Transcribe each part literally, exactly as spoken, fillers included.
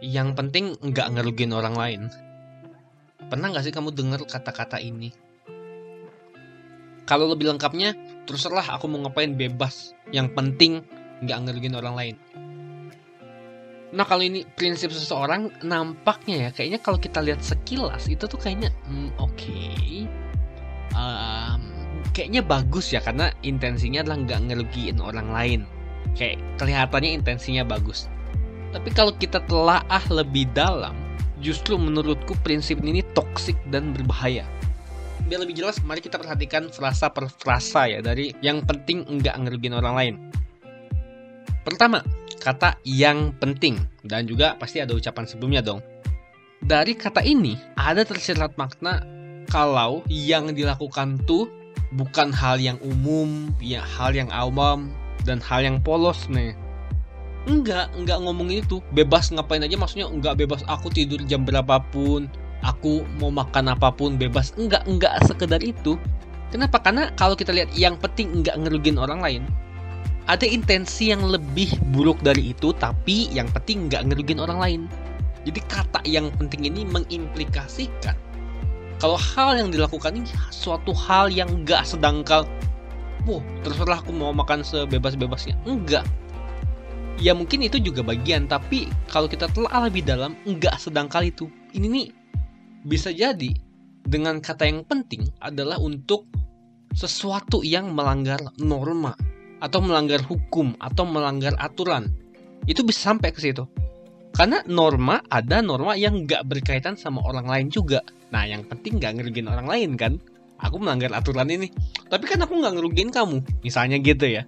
Yang penting nggak ngerugiin orang lain. Pernah nggak sih kamu dengar kata-kata ini? Kalau lebih lengkapnya, terserah aku mau ngapain, bebas. Yang penting nggak ngerugiin orang lain. Nah, kalau ini prinsip seseorang, nampaknya ya, kayaknya kalau kita lihat sekilas itu tuh kayaknya hmm, oke, okay. um, kayaknya bagus ya, karena intensinya adalah nggak ngerugiin orang lain. Kayak kelihatannya intensinya bagus. Tapi kalau kita telaah lebih dalam, justru menurutku prinsip ini toksik dan berbahaya. Biar lebih jelas, mari kita perhatikan frasa per frasa ya, dari yang penting nggak ngerugiin orang lain. Pertama, kata yang penting, dan juga pasti ada ucapan sebelumnya dong. Dari kata ini ada tersirat makna kalau yang dilakukan tuh bukan hal yang umum, ya hal yang awam dan hal yang polos nih. Enggak, enggak ngomongin itu. Bebas ngapain aja, maksudnya enggak bebas aku tidur jam berapapun, aku mau makan apapun bebas. Enggak, enggak sekedar itu. Kenapa? Karena kalau kita lihat yang penting enggak ngerugiin orang lain, ada intensi yang lebih buruk dari itu, tapi yang penting nggak ngerugiin orang lain. Jadi kata yang penting ini mengimplikasikan kalau hal yang dilakukan ini suatu hal yang nggak sedangkal. Wah, terserah aku mau makan sebebas-bebasnya. Enggak. Ya mungkin itu juga bagian, tapi kalau kita telah lebih dalam, nggak sedangkal itu. Ini nih bisa jadi dengan kata yang penting adalah untuk sesuatu yang melanggar norma, atau melanggar hukum, atau melanggar aturan. Itu bisa sampai ke situ. Karena norma, ada norma yang nggak berkaitan sama orang lain juga. Nah, yang penting nggak ngerugiin orang lain kan. Aku melanggar aturan ini, tapi kan aku nggak ngerugiin kamu. Misalnya gitu ya.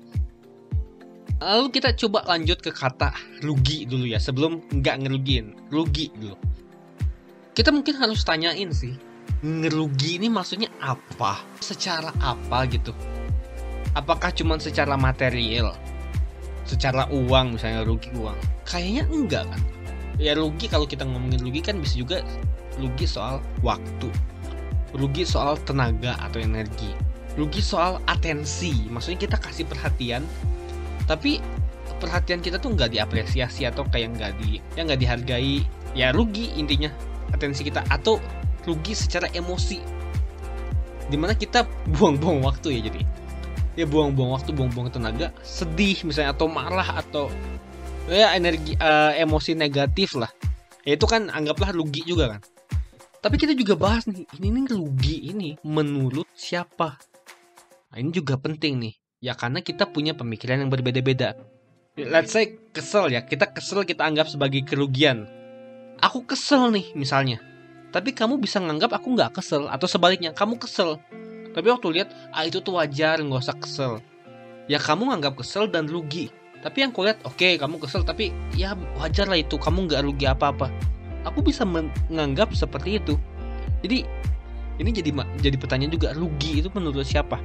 Lalu kita coba lanjut ke kata rugi dulu ya, sebelum nggak ngerugiin. Rugi dulu. Kita mungkin harus tanyain sih, ngerugi ini maksudnya apa? Secara apa gitu? Apakah cuma secara material, secara uang misalnya, rugi uang? Kayaknya enggak kan. Ya rugi, kalau kita ngomongin rugi kan bisa juga rugi soal waktu, rugi soal tenaga atau energi, rugi soal atensi. Maksudnya kita kasih perhatian, tapi perhatian kita tuh nggak diapresiasi atau kayak nggak di, ya nggak dihargai. Ya rugi intinya atensi kita, atau rugi secara emosi, dimana kita buang-buang waktu ya, jadi ya buang-buang waktu, buang-buang tenaga, sedih misalnya, atau marah, atau ya energi uh, emosi negatif lah. Ya itu kan anggaplah rugi juga kan. Tapi kita juga bahas nih, ini nih rugi ini menurut siapa? Nah, ini juga penting nih. Ya karena kita punya pemikiran yang berbeda-beda. Let's say kesel ya, kita kesel kita anggap sebagai kerugian. Aku kesel nih misalnya, tapi kamu bisa nganggap aku nggak kesel, atau sebaliknya kamu kesel. Tapi waktu lihat, ah itu tuh wajar, nggak usah kesel. Ya kamu nganggap kesel dan rugi. Tapi yang aku lihat, oke okay, kamu kesel, tapi ya wajar lah itu, kamu nggak rugi apa-apa. Aku bisa menganggap seperti itu. Jadi ini jadi jadi pertanyaan juga, rugi itu menurut siapa?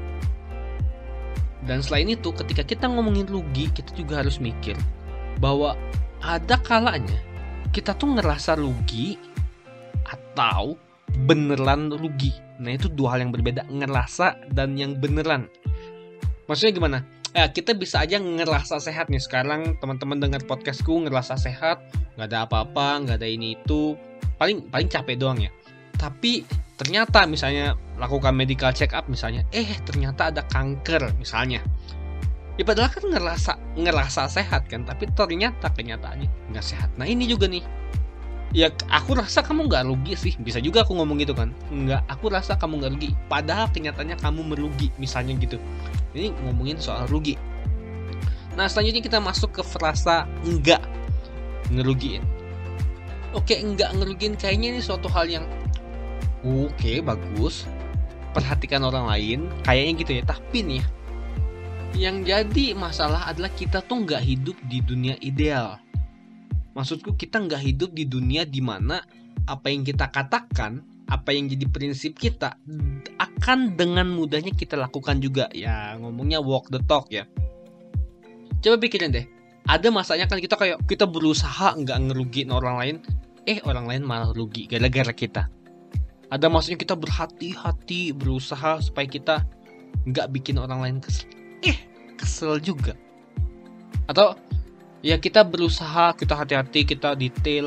Dan selain itu, ketika kita ngomongin rugi, kita juga harus mikir bahwa ada kalanya kita tuh ngerasa rugi atau beneran rugi. Nah itu dua hal yang berbeda, ngerasa dan yang beneran. Maksudnya gimana? Ya kita bisa aja ngerasa sehat nih. Sekarang teman-teman dengar podcastku ngerasa sehat, nggak ada apa-apa, nggak ada ini itu, paling paling capek doang ya. Tapi ternyata misalnya lakukan medical check up misalnya, eh ternyata ada kanker misalnya. Ya padahal kan ngerasa ngerasa sehat kan, tapi ternyata kenyataannya nggak sehat. Nah ini juga nih. Ya aku rasa kamu gak rugi sih. Bisa juga aku ngomong gitu kan, enggak, aku rasa kamu gak rugi, padahal kenyataannya kamu merugi, misalnya gitu. Ini ngomongin soal rugi. Nah selanjutnya kita masuk ke frasa enggak ngerugiin. Oke, enggak ngerugiin kayaknya ini suatu hal yang oke, bagus, perhatikan orang lain, kayaknya gitu ya. Tapi nih, yang jadi masalah adalah kita tuh gak hidup di dunia ideal. Maksudku, kita nggak hidup di dunia di mana apa yang kita katakan, apa yang jadi prinsip kita, akan dengan mudahnya kita lakukan juga. Ya ngomongnya walk the talk ya. Coba pikirin deh, ada masanya kan kita kayak kita berusaha nggak ngerugiin orang lain, eh orang lain malah rugi gara-gara kita. Ada masanya kita berhati-hati berusaha supaya kita nggak bikin orang lain kesel, eh kesel juga. Atau ya kita berusaha, kita hati-hati, kita detail,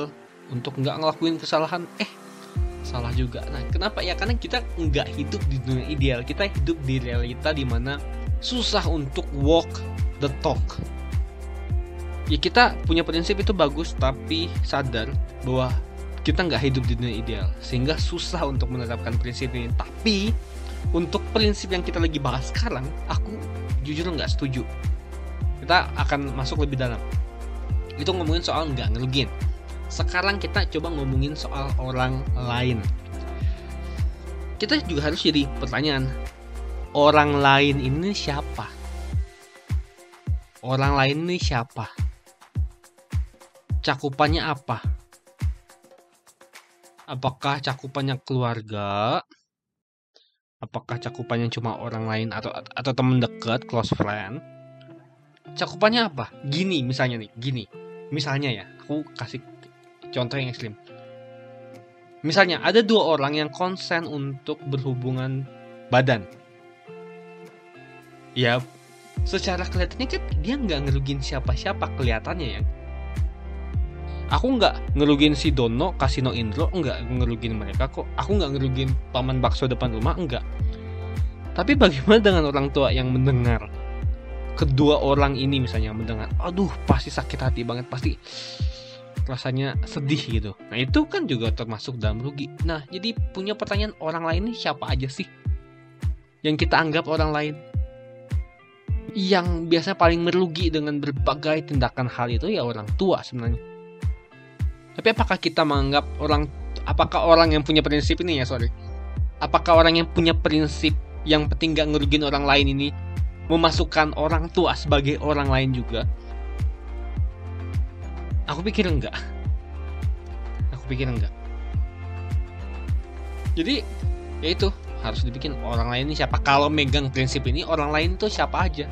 untuk nggak ngelakuin kesalahan, eh salah juga. Nah, kenapa ya? Karena kita nggak hidup di dunia ideal, kita hidup di realita di mana susah untuk walk the talk. Ya kita punya prinsip itu bagus, tapi sadar bahwa kita nggak hidup di dunia ideal, sehingga susah untuk menerapkan prinsip ini. Tapi untuk prinsip yang kita lagi bahas sekarang, aku jujur nggak setuju. Kita akan masuk lebih dalam. Itu ngomongin soal nggak ngerugiin. Sekarang kita coba ngomongin soal orang lain. Kita juga harus jadi pertanyaan, orang lain ini siapa? Orang lain ini siapa? Cakupannya apa? Apakah cakupannya keluarga? Apakah cakupannya cuma orang lain atau atau teman dekat, close friend? Cakupannya apa? Gini misalnya nih, gini. Misalnya ya, aku kasih contoh yang ekstrim. Misalnya ada dua orang yang konsen untuk berhubungan badan. Ya, secara kelihatannya kan dia nggak ngerugiin siapa-siapa kelihatannya ya. Aku nggak ngerugiin si Dono, Kasino Indro, nggak ngerugiin mereka kok. Aku nggak ngerugiin paman bakso depan rumah, enggak. Tapi bagaimana dengan orang tua yang mendengar kedua orang ini misalnya mendengar, aduh pasti sakit hati banget, pasti rasanya sedih gitu. Nah itu kan juga termasuk dalam rugi. Nah jadi punya pertanyaan, orang lain ini siapa aja sih yang kita anggap orang lain, yang biasanya paling merugi dengan berbagai tindakan hal itu ya orang tua sebenarnya. Tapi apakah kita menganggap orang, apakah orang yang punya prinsip ini ya sorry, apakah orang yang punya prinsip yang penting gak ngerugiin orang lain ini memasukkan orang tua sebagai orang lain juga? Aku pikir enggak. Aku pikir enggak. Jadi ya itu harus dibikin, orang lain ini siapa. Kalau megang prinsip ini, orang lain tuh siapa aja.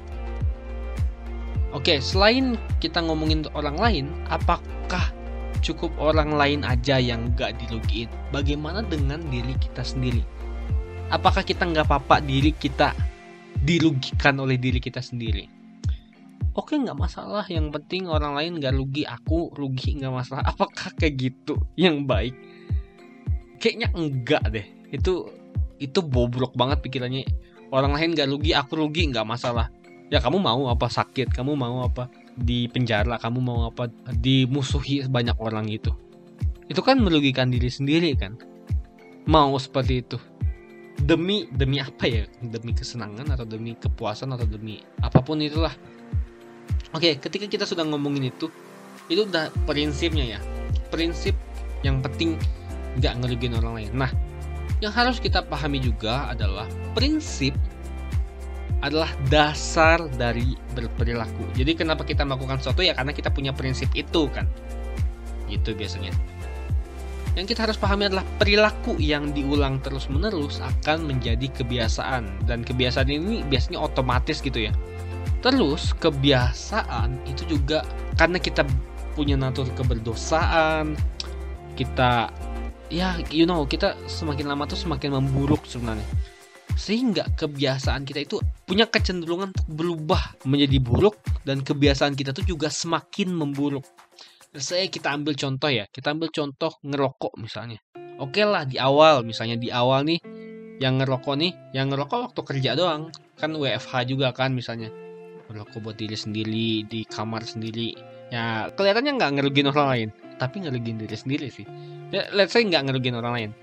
Oke, selain kita ngomongin orang lain, apakah cukup orang lain aja yang gak dirugiin? Bagaimana dengan diri kita sendiri? Apakah kita gak apa-apa diri kita dirugikan oleh diri kita sendiri? Oke, nggak masalah, yang penting orang lain nggak rugi, aku rugi nggak masalah. Apakah kayak gitu yang baik? Kayaknya enggak deh. Itu itu bobrok banget pikirannya. Orang lain nggak rugi, aku rugi nggak masalah. Ya kamu mau apa sakit, kamu mau apa di penjara, kamu mau apa dimusuhi banyak orang gitu. Itu kan merugikan diri sendiri kan. Mau seperti itu demi demi apa ya? Demi kesenangan atau demi kepuasan atau demi apapun itulah. Oke, ketika kita sudah ngomongin itu, itu udah prinsipnya ya. Prinsip yang penting nggak ngerugiin orang lain. Nah, yang harus kita pahami juga adalah prinsip adalah dasar dari berperilaku. Jadi kenapa kita melakukan sesuatu ya karena kita punya prinsip itu kan. Gitu biasanya. Yang kita harus pahami adalah perilaku yang diulang terus-menerus akan menjadi kebiasaan. Dan kebiasaan ini biasanya otomatis gitu ya. Terus kebiasaan itu juga karena kita punya natur keberdosaan, kita ya you know kita semakin lama tuh semakin memburuk sebenarnya. Sehingga kebiasaan kita itu punya kecenderungan untuk berubah menjadi buruk, dan kebiasaan kita tuh juga semakin memburuk. Saya kita ambil contoh ya, kita ambil contoh ngerokok misalnya. Oke lah di awal, misalnya di awal nih yang ngerokok nih, yang ngerokok waktu kerja doang, kan W F H juga kan misalnya. Ngerokok buat diri sendiri di kamar sendiri, ya kelihatannya nggak ngerugiin orang lain, tapi ngerugiin diri sendiri sih. Ya, let's say nggak ngerugiin orang lain,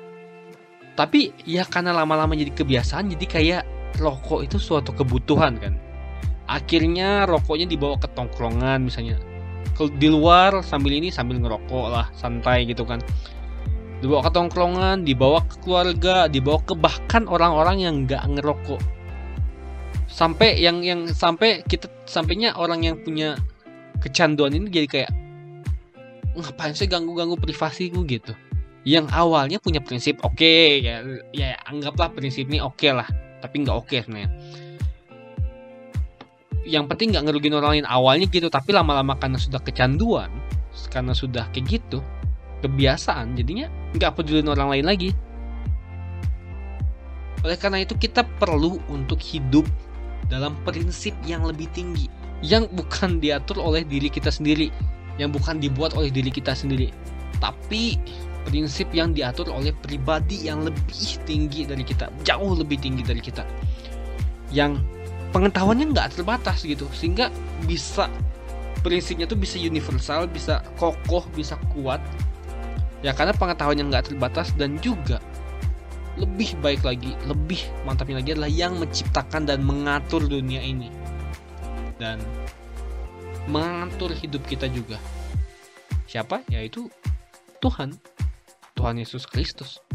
tapi ya karena lama-lama jadi kebiasaan, jadi kayak rokok itu suatu kebutuhan kan. Akhirnya rokoknya dibawa ke tongkrongan misalnya, kalau di luar sambil ini sambil ngerokok lah santai gitu kan. Dibawa ke tongkrongan, dibawa ke keluarga, dibawa ke bahkan orang-orang yang nggak ngerokok. Sampai yang yang sampai kita sampainya orang yang punya kecanduan ini jadi kayak, ngapain sih ganggu-ganggu privasiku gitu. Yang awalnya punya prinsip oke okay, ya, ya anggaplah prinsip ini oke okay lah, tapi nggak oke okay sebenarnya. Yang penting nggak ngerugiin orang lain awalnya gitu, tapi lama-lama karena sudah kecanduan, karena sudah kayak gitu kebiasaan, jadinya nggak pedulin orang lain lagi. Oleh karena itu kita perlu untuk hidup dalam prinsip yang lebih tinggi, yang bukan diatur oleh diri kita sendiri, yang bukan dibuat oleh diri kita sendiri. tapi prinsip yang diatur oleh pribadi yang lebih tinggi dari kita, jauh lebih tinggi dari kita, yang pengetahuannya nggak terbatas gitu, sehingga bisa prinsipnya tuh bisa universal, bisa kokoh, bisa kuat ya, karena pengetahuan yang nggak terbatas. Dan juga lebih baik lagi, lebih mantapnya lagi adalah yang menciptakan dan mengatur dunia ini dan mengatur hidup kita juga. Siapa? Yaitu Tuhan, Tuhan Yesus Kristus.